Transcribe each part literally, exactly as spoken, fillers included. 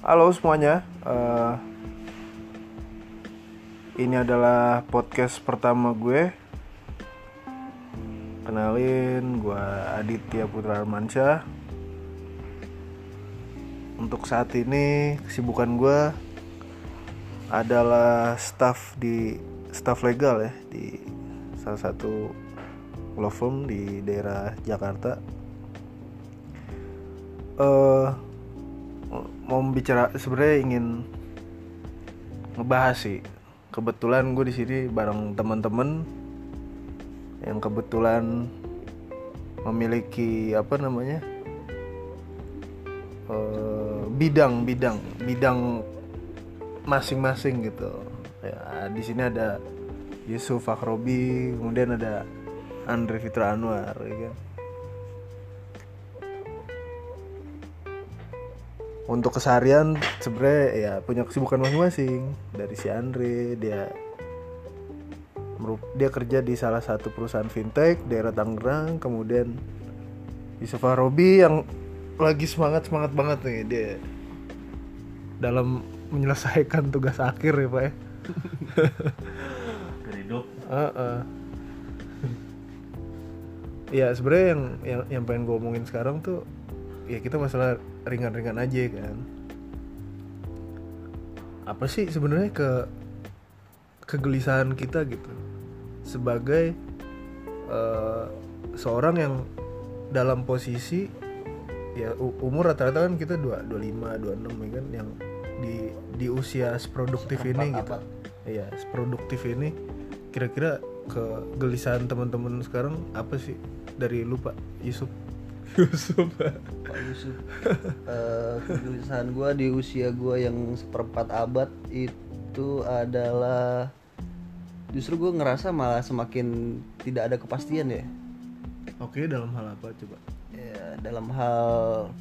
Halo semuanya, uh, ini adalah podcast pertama gue. Kenalin, gue Aditya Putra Armansyah. Untuk saat ini kesibukan gue adalah staff di staff legal ya di salah satu law firm di daerah Jakarta. Uh, mau bicara sebenarnya ingin ngebahas sih. Kebetulan gue di sini bareng teman-teman yang kebetulan memiliki apa namanya uh, bidang-bidang bidang masing-masing gitu. Ya, di sini ada Yusuf Fakrobi, kemudian ada Andre Fitra Anwar, ya kan. Untuk keseharian sebenarnya ya punya kesibukan masing-masing. Dari si Andre, dia dia kerja di salah satu perusahaan fintech daerah Tangerang. Kemudian Yusuf Robi yang lagi semangat-semangat banget nih, dia dalam menyelesaikan tugas akhir ya Pak ya. Hidup. Uh-uh. Ya sebenarnya yang yang yang pengen gue omongin sekarang tuh ya kita masalah ringan-ringan aja kan. Apa sih sebenarnya ke kegelisahan kita gitu sebagai uh, seorang yang dalam posisi ya umur rata-rata kan kita dua puluh lima, dua puluh enam ya kan, yang di di usia seproduktif ini gitu. Iya, seproduktif ini kira-kira kegelisahan teman-teman sekarang apa sih dari lu Pak Yusuf? Yusuf Pak Yusuf uh, kegelisahan gue di usia gue yang seperempat abad itu adalah justru gue ngerasa malah semakin tidak ada kepastian ya. Oke, dalam hal apa coba? Ya, dalam hal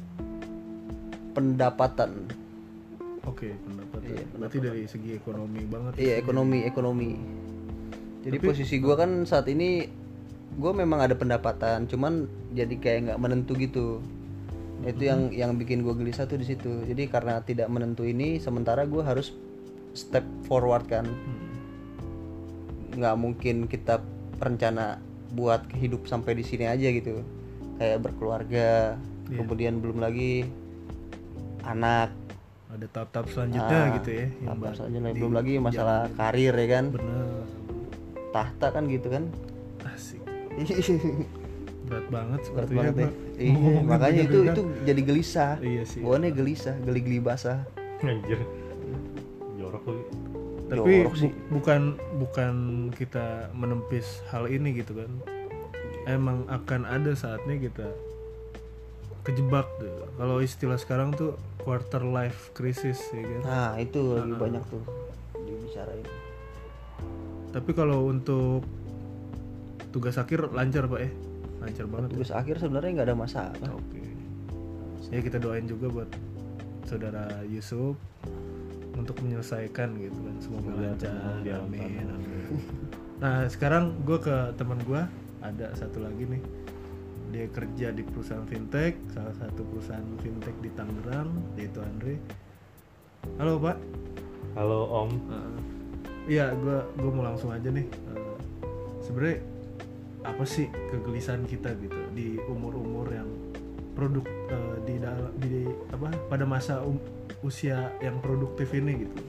pendapatan. Oke, pendapatan. Iya, berarti dari segi ekonomi banget. Iya, ekonomi ekonomi. Jadi Tapi, posisi gue kan saat ini gue memang ada pendapatan, cuman jadi kayak nggak menentu gitu. Itu mm-hmm. yang yang bikin gue gelisah tuh di situ. Jadi karena tidak menentu ini, sementara gue harus step forward kan. Nggak mm-hmm. mungkin kita rencana buat hidup sampai di sini aja gitu. Kayak berkeluarga, yeah. Kemudian belum lagi anak. Ada tahap-tahap selanjutnya nah, gitu ya. Tahap selanjutnya belum lagi masalah karir ya kan. Bener. Tahta kan gitu kan. Asik. Berat banget seperti banget ya. Iya, makanya itu itu jadi gelisah. Iya sih. Bukannya gelisah, geli-geli basah. Anjir. Jorok lagi. Tapi bu- bukan bukan kita menempis hal ini gitu kan. Emang akan ada saatnya kita kejebak tuh. Kalau istilah sekarang tuh quarter life crisis ya kan. Nah, itu nah, lebih banyak tuh dibicarain. Tapi kalau untuk tugas akhir lancar Pak ya? Lancar banget. Tugas ya? akhir sebenarnya nggak ada masalah. Oke. Okay. Ya kita doain juga buat saudara Yusuf untuk menyelesaikan gitu kan, semoga lancar. Amin. Amin. Nah sekarang gue ke teman gue, ada satu lagi nih. Dia kerja di perusahaan fintech, salah satu perusahaan fintech di Tangerang, yaitu Andre. Halo Pak. Halo Om. Iya, uh, gue gue mau langsung aja nih. Uh, sebenarnya apa sih kegelisahan kita gitu di umur-umur yang produk uh, di dalam di apa pada masa um, usia yang produktif ini gitu.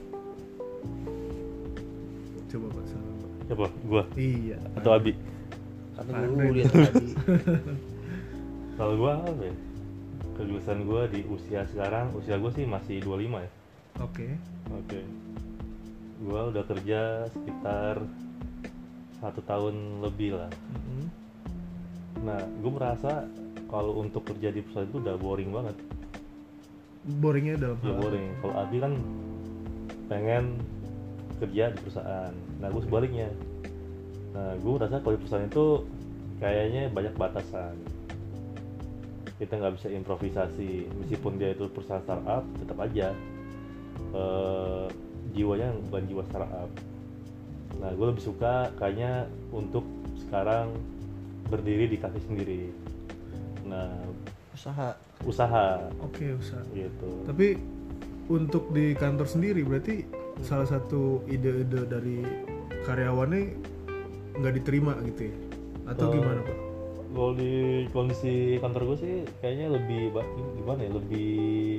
Coba Pak, sama Pak. Siapa? Gua? Iya. Atau Abi? Kata dulu dia tadi. Kalau gua apa ya? Kegelisahan gua di usia sekarang, usia gua sih masih dua puluh lima ya. Oke. Okay. Oke. Okay. Gua udah kerja sekitar satu tahun lebih lah. Mm-hmm. Nah, gue merasa kalau untuk kerja di perusahaan itu udah boring banget. Boringnya dalam ya, hal boring. Kalau Abi kan pengen kerja di perusahaan. Nah, gue sebaliknya. Nah, gue merasa kalau di perusahaan itu kayaknya banyak batasan. Kita nggak bisa improvisasi. Meskipun dia itu perusahaan startup, tetap aja uh, jiwanya bukan jiwa startup. Nah, gue lebih suka kayaknya untuk sekarang berdiri di kaki sendiri. Nah, usaha. Usaha. Oke, usaha. Gitu. Tapi untuk di kantor sendiri berarti salah satu ide-ide dari karyawannya nggak diterima gitu ya? Atau Uh, gimana Pak? Kalau di kondisi kantor gue sih kayaknya lebih ba- gimana ya, lebih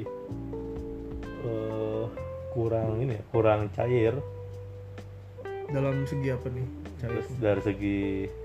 eh, kurang ini ya, kurang cair. Dalam segi apa nih? Cair. Terus dari segi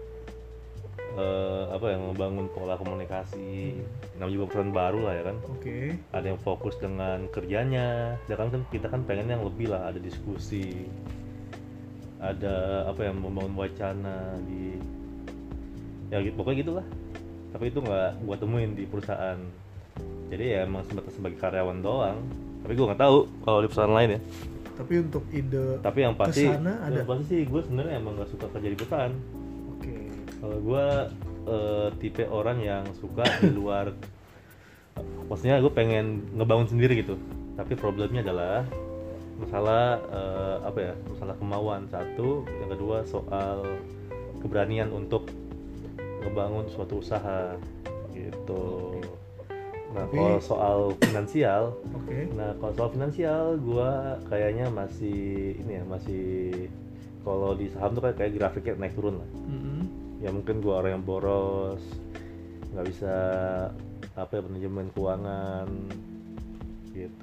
eh, apa ya, membangun pola komunikasi. Namanya juga perusahaan baru lah ya kan. Oke. Ada yang fokus dengan kerjanya, sedangkan kan kita kan pengen yang lebih lah, ada diskusi, ada apa yang membangun wacana di ya gitu, pokoknya gitulah. Tapi itu nggak gua temuin di perusahaan, jadi ya emang sebatas sebagai karyawan doang. Tapi gua nggak tahu kalau di perusahaan lain ya. Tapi untuk ide Tapi yang pasti kesana ada. yang pasti sih gue sebenarnya emang nggak suka kerja di perusahaan. Oke. Kalau gue eh, tipe orang yang suka di luar, maksudnya gue pengen ngebangun sendiri gitu. Tapi problemnya adalah masalah eh, apa ya, masalah kemauan satu, yang kedua soal keberanian untuk ngebangun suatu usaha gitu. Nah Tapi- kalau soal finansial, Oke. nah kalau soal finansial gue kayaknya masih ini ya, masih kalau di saham tuh kayak, kayak grafiknya naik turun lah. Mm-mm. Ya mungkin gue orang yang boros, nggak bisa apa ya, manajemen keuangan gitu.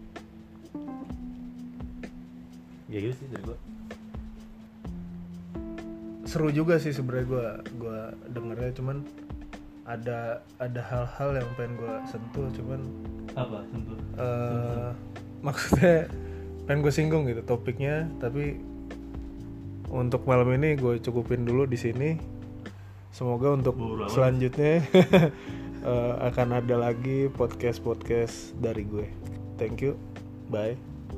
Ya gitu sih dari gue. Seru juga sih sebenarnya gue gue dengernya, cuman ada ada hal-hal yang pengen gue sentuh, cuman Apa tentu? eh maksudnya pengen gue singgung gitu topiknya, tapi untuk malam ini gue cukupin dulu di sini. Semoga untuk Bohong amat. selanjutnya eh, akan ada lagi podcast-podcast dari gue. Thank you, bye.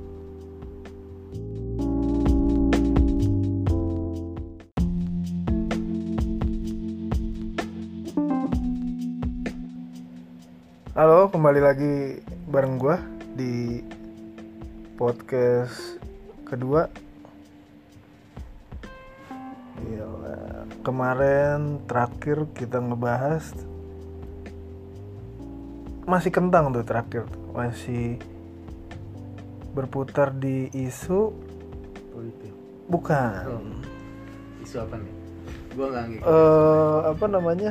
Halo, kembali lagi bareng gue di podcast kedua. Gila. Kemarin terakhir kita ngebahas masih kentang tuh terakhir, masih berputar di isu Politik. bukan Oh. Isu apa nih? Gua nggak ngikutin. eh apa namanya,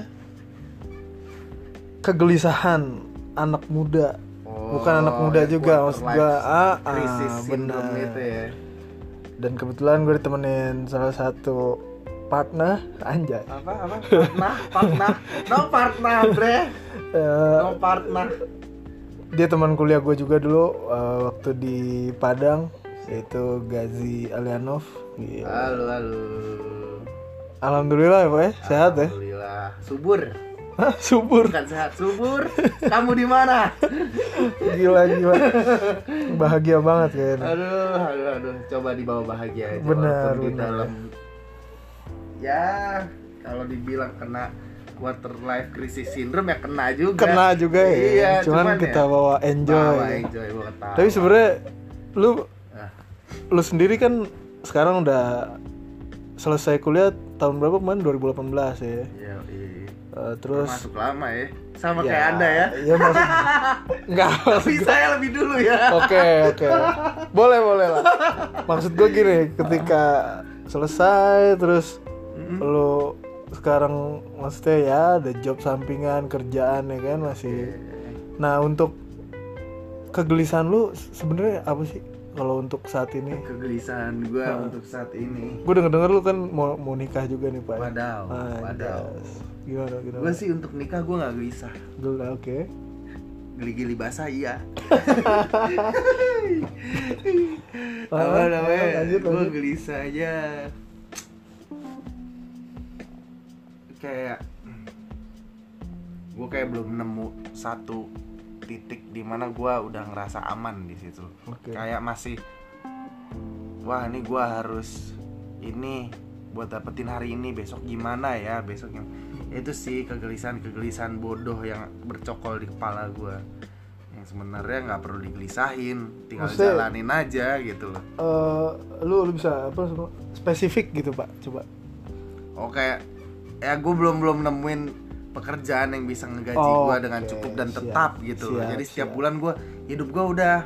kegelisahan anak muda. Oh, Bukan anak muda ya, juga, quarter maksud life gua ah, crisis ah, syndrome benar. itu ya. Dan kebetulan gue ditemenin salah satu partner, anjay. Apa apa? Partner, partner, no partner, bre, Eh, no partner. dia teman kuliah gue juga dulu eh, waktu di Padang, yaitu Gazi Alianov. Gila. Halo halo. Alhamdulillah ya Pak ya, sehat ya. Alhamdulillah. Subur. Hah, subur. Bukan sehat, subur. Kamu di mana? Gila gila. Bahagia banget kayaknya. Aduh, aduh, aduh. Coba dibawa bahagia aja. Benar, walaupun di benar. dalam. Ya, kalau dibilang kena quarter life crisis syndrome ya kena juga. Kena juga ya. Iya, cuman, cuman kita ya, bawa enjoy. bawa gitu. enjoy, bawa ketawa. Tapi sebenarnya lu Ah. lu sendiri kan sekarang udah selesai kuliah tahun berapa kemarin? dua ribu delapan belas ya. Iya, iya. Eh, terus Masuk lama ya. Sama ya, kayak Anda ya. Iya maksud enggak. Tapi saya lebih dulu ya. Oke, oke. Boleh, boleh lah. Maksud gue gini, ketika selesai terus Mm-mm. lu sekarang maksudnya ya ada job sampingan, kerjaan ya kan masih. Nah, untuk kegelisahan lu sebenarnya apa sih kalau untuk saat ini? Kegelisahan gue Ah. untuk saat ini. Gue denger-denger lu kan mau mau nikah juga nih, Pak. Wadaw, Ah, wadaw. yes. Gimana gimana? Gue sih untuk nikah gue nggak gelisah. Gila, oke. Geli-geli basah iya. Ah, Apa namanya? ah, lanjut, Gue lanjut. gelisah aja. Kayak gue kayak belum nemu satu titik di mana gue udah ngerasa aman di situ. Oke. Kayak masih, wah ini gue harus ini buat dapetin hari ini, besok gimana ya, besok yang itu sih kegelisahan-kegelisahan bodoh yang bercokol di kepala gue, yang sebenarnya nggak perlu digelisahin, tinggal Maksudnya- jalanin aja gitu loh. Eh, lu lu bisa apa spesifik gitu, Pak? Coba. Oh kayak ya gue belum belum nemuin pekerjaan yang bisa ngegaji Oh, gue dengan oke. cukup dan Siap, tetap gitu loh. siap, Jadi setiap siap. bulan gue hidup gue udah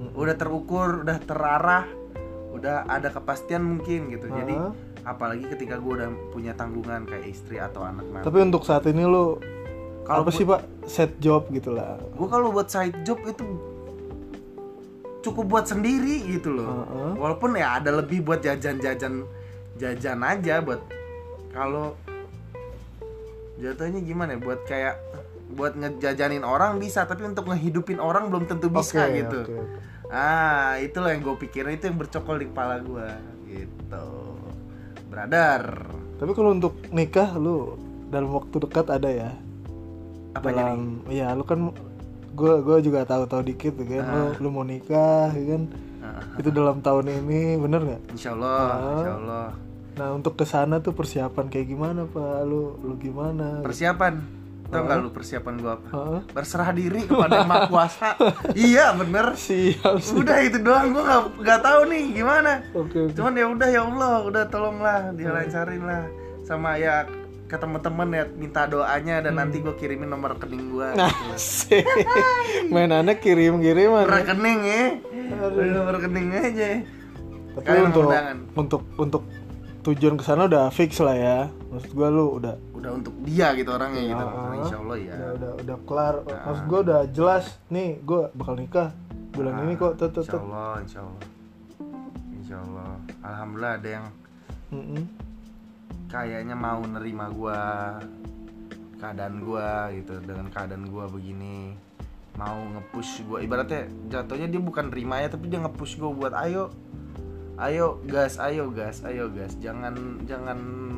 udah terukur, udah terarah, udah ada kepastian mungkin gitu. Jadi Uh-huh. apalagi ketika gue udah punya tanggungan kayak istri atau anak nanti. Tapi untuk saat ini lu Kalau apa bu- sih Pak, set job gitu lah. gue kalau buat side job itu cukup buat sendiri gitu loh. Uh-uh. Walaupun ya ada lebih buat jajan-jajan jajan aja, buat kalau jatuhnya gimana ya, buat kayak buat ngejajanin orang bisa, tapi untuk ngehidupin orang belum tentu bisa Oke, gitu. oke, oke. Ah, itulah yang gue pikirin, itu yang bercokol di kepala gue gitu, brother. Tapi kalau untuk nikah lu dalam waktu dekat ada ya? Apanya dalam ya lu kan gue gue juga tahu-tahu dikit tuh kan, lu lu mau nikah ya kan, Ah, itu dalam tahun ini bener nggak? Insya Allah, Ah. insya Allah. Nah untuk kesana tuh persiapan kayak gimana Pak, lu lu gimana? Persiapan, tau nggak lu persiapan gue apa? Heeh. Berserah diri kepada Yang Maha Kuasa. Iya bener. Siap sih. Udah itu doang, gue nggak nggak tahu nih gimana. Oke oke. Cuman ya udah, ya Allah, udah tolonglah dilancarin lah, sama ya ke temen-temen ya, minta doanya dan nanti gue kirimin nomor rekening gue. Nah, Gitu. sih. Mainannya kirim-kiriman. ya. Rekening ya, udah nomor rekening aja. Tapi Kalian untuk undangan. untuk untuk tujuan kesana udah fix lah ya. Maksud gua lu udah Udah untuk dia gitu orangnya gitu. Ah. Insya Allah ya. udah udah, udah kelar. Maksud gua udah jelas nih, gua bakal nikah bulan Ah, ini kok. Tet tet. Insya Allah, insya Allah, insya Allah. Alhamdulillah ada yang Mm-mm. kayaknya mau nerima gua, keadaan gua gitu, dengan keadaan gua begini, mau nge-push gua, ibaratnya jatuhnya dia bukan nerima ya, tapi dia nge-push gua buat ayo ayo gas, ayo gas, ayo gas, jangan jangan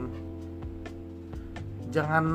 jangan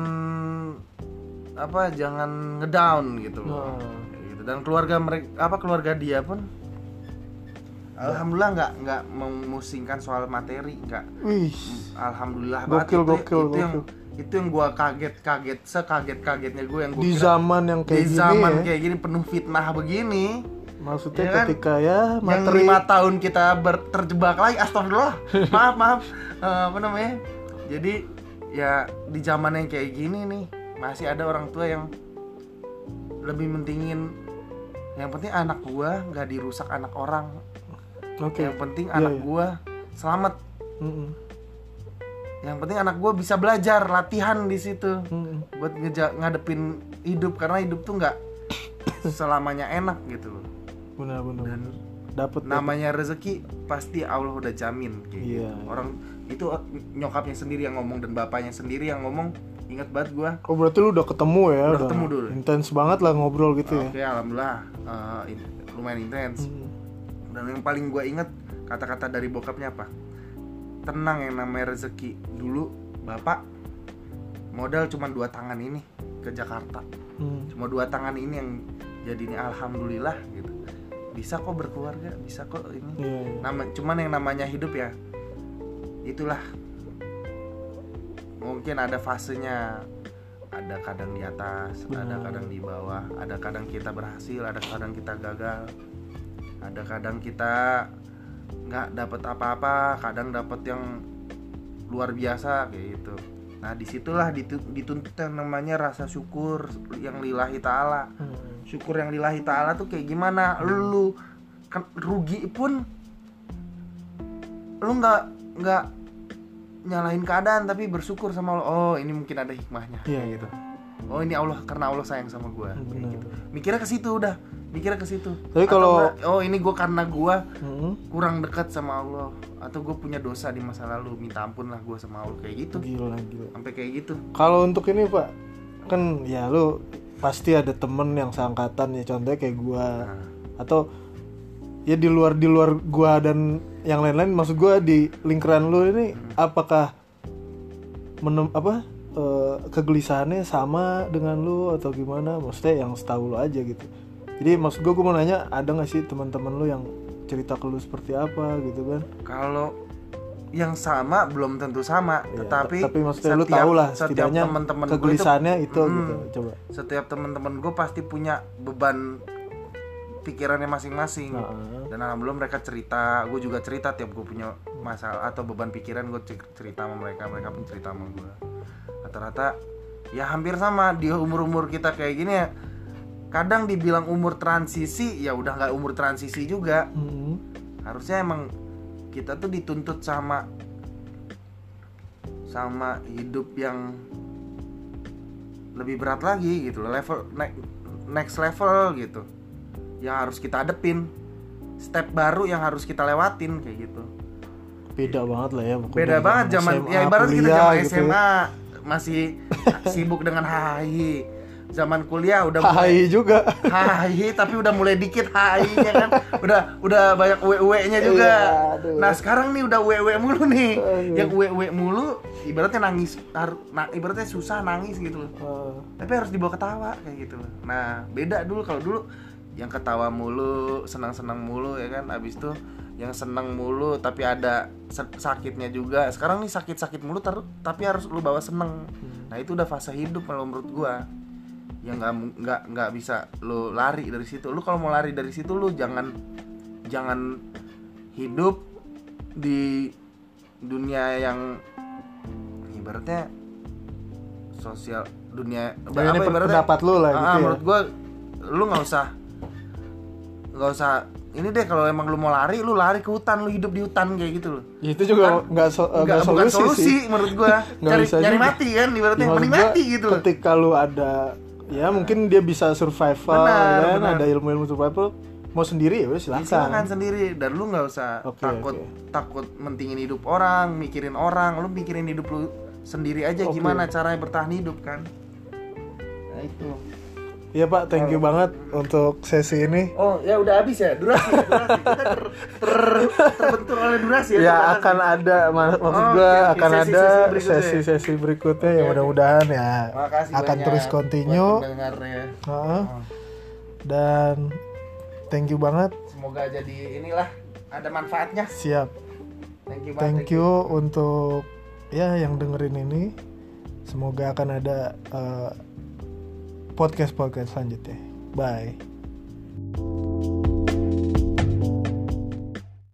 apa jangan ngedown gitu loh. Nah. Kayak gitu. Dan keluarga mereka apa keluarga dia pun alhamdulillah nggak nggak memusingkan soal materi, nggak. Wih. Alhamdulillah Gokil, banget. itu, gokil, itu yang gokil. itu yang gue kaget-kaget, sekaget-kagetnya gue yang gue Di zaman yang kayak di gini zaman ya. kayak gini penuh fitnah begini. Maksudnya Ya kan? ketika ya Yang materi lima tahun kita ber- terjebak lagi, astagfirullah, maaf maaf, Eh, apa namanya? Jadi ya di zaman yang kayak gini nih masih ada orang tua yang lebih mentingin, yang penting anak gua nggak dirusak anak orang, Oke. yang penting Iya, anak iya. gua selamat, Mm-mm. yang penting anak gua bisa belajar, latihan di situ Mm-mm. buat ngeja- ngadepin hidup, karena hidup tuh nggak selamanya enak gitu loh. Benar benar. Dan benar. Dapat namanya rezeki pasti Allah udah jamin kayak Iya. gitu. Orang itu nyokapnya sendiri yang ngomong dan bapaknya sendiri yang ngomong. Ingat banget gua. Oh berarti lu udah ketemu ya? Udah ketemu dulu. Intens banget lah ngobrol gitu ya? Oke, alhamdulillah eh, in- lumayan intens. Mm. Dan yang paling gua inget kata-kata dari bokapnya apa? Tenang, yang namanya rezeki. Dulu bapak modal cuma dua tangan ini ke Jakarta. Mm. Cuma dua tangan ini yang jadinya alhamdulillah gitu. Bisa kok berkeluarga, bisa kok ini. Iya, iya. Nama, cuman yang namanya hidup ya itulah, mungkin ada fasenya, ada kadang di atas, ada Benar. kadang di bawah, ada kadang kita berhasil, ada kadang kita gagal, ada kadang kita nggak dapat apa-apa, kadang dapat yang luar biasa kayak gitu. Nah disitulah ditu- dituntut yang namanya rasa syukur yang lillahi ta'ala. Mm. Syukur yang lillahi ta'ala tuh kayak gimana? Lu kan rugi pun lu nggak nggak nyalahin keadaan, tapi bersyukur sama Allah. Oh ini mungkin ada hikmahnya Iya, kayak gitu. Oh ini Allah, karena Allah sayang sama gua kayak Benar. gitu. Mikirnya ke situ udah, mikirnya ke situ. Tapi Atau kalau- nggak, oh ini gua karena gua Mm. kurang dekat sama Allah, atau gua punya dosa di masa lalu, minta ampun lah gua sama Allah kayak gitu. Gila gila. Sampai kayak gitu. Kalau untuk ini Pak, kan ya lu pasti ada temen yang seangkatan ya, contohnya kayak gua Nah, atau ya di luar di luar gua dan yang lain-lain. Maksud gua di lingkaran lu ini apakah menem apa eh, kegelisahannya sama dengan lu atau gimana? Maksudnya yang setahu lu aja gitu. Jadi maksud gua gua mau nanya, ada nggak sih teman-teman lu yang cerita ke lu seperti apa gitu kan? kalau yang sama belum tentu sama, Iya, tetapi tapi maksudnya lu setiap- tahu lah setiap setidaknya teman-teman gue itu, kegelisahannya itu, Hmm. gitu. Coba. setiap teman-teman gue pasti punya beban pikirannya masing-masing. Nah, Dan alhamdulillah mereka cerita, gue juga cerita tiap gue punya masalah atau beban pikiran, gue cerita sama mereka, mereka pun cerita sama gue. Rata-rata ya hampir sama di umur-umur kita kayak gini ya, kadang dibilang umur transisi, ya udah nggak umur transisi juga. Hmm. Harusnya emang kita tuh dituntut sama sama hidup yang lebih berat lagi gitu loh, level ne- next level gitu, yang harus kita hadepin, step baru yang harus kita lewatin kayak gitu. Beda banget lah ya pokoknya. Beda banget zaman S M A, ya ibarat kita kuliah zaman gitu S M A ya. masih sibuk dengan H I I. Zaman kuliah udah H I juga. H I I tapi udah mulai dikit H I I-nya kan. Udah udah banyak W W-nya juga. Iya, aduh. Nah, sekarang nih udah W W mulu nih. Aduh. Yang W W mulu ibaratnya nangis, har- na- ibaratnya susah nangis gitu loh. Uh, Tapi harus dibawa ketawa kayak gitu loh. Nah, beda dulu. Kalau dulu yang ketawa mulu, senang-senang mulu ya kan. Abis itu yang senang mulu tapi ada se- sakitnya juga. Sekarang nih sakit-sakit mulu ter- tapi harus lu bawa seneng. Nah, itu udah fase hidup kalau menurut gua. Yang nggak nggak nggak bisa lu lari dari situ. Lu kalau mau lari dari situ lu jangan jangan hidup di dunia yang ibaratnya sosial, dunia Ya, ini pendapat lu lah ah, gitu ya. menurut gua lu nggak usah nggak usah ini deh. Kalau emang lu mau lari, lu lari ke hutan, lu hidup di hutan kayak gitu loh. ya itu juga nggak so, Nggak, nggak bukan solusi, solusi sih. menurut gua. Nggak Cari bisa nyari juga. mati kan ibaratnya, Ya, maksud mending gua, mati gitu loh. Ketika lu ada, ya mungkin dia bisa survival, Benar, kan benar. ada ilmu-ilmu survival, mau sendiri ya udah silakan. Silakan sendiri, dan lu nggak usah Oke, takut oke. takut mentingin hidup orang, mikirin orang. Lu mikirin hidup lu sendiri aja, Oke. gimana caranya bertahan hidup kan. Nah itu. Iya Pak, thank you banget untuk sesi ini. Oh ya udah habis ya, durasi, durasi. Kita ter, ter- terbentur oleh durasi ya. Ya terbatas. akan ada, mak- maksud Oh, gua oke, oke. akan Sesi-sesi ada berikutnya. sesi-sesi berikutnya yang Oke, oke. mudah-mudahan ya Makasih akan banyak terus buat continue. pendengarnya. Heeh. Oh. Dan thank you banget, Semoga jadi inilah ada manfaatnya. siap. Thank you banget. Thank you untuk ya yang dengerin ini. Semoga akan ada eh, podcast-podcast selanjutnya. Bye.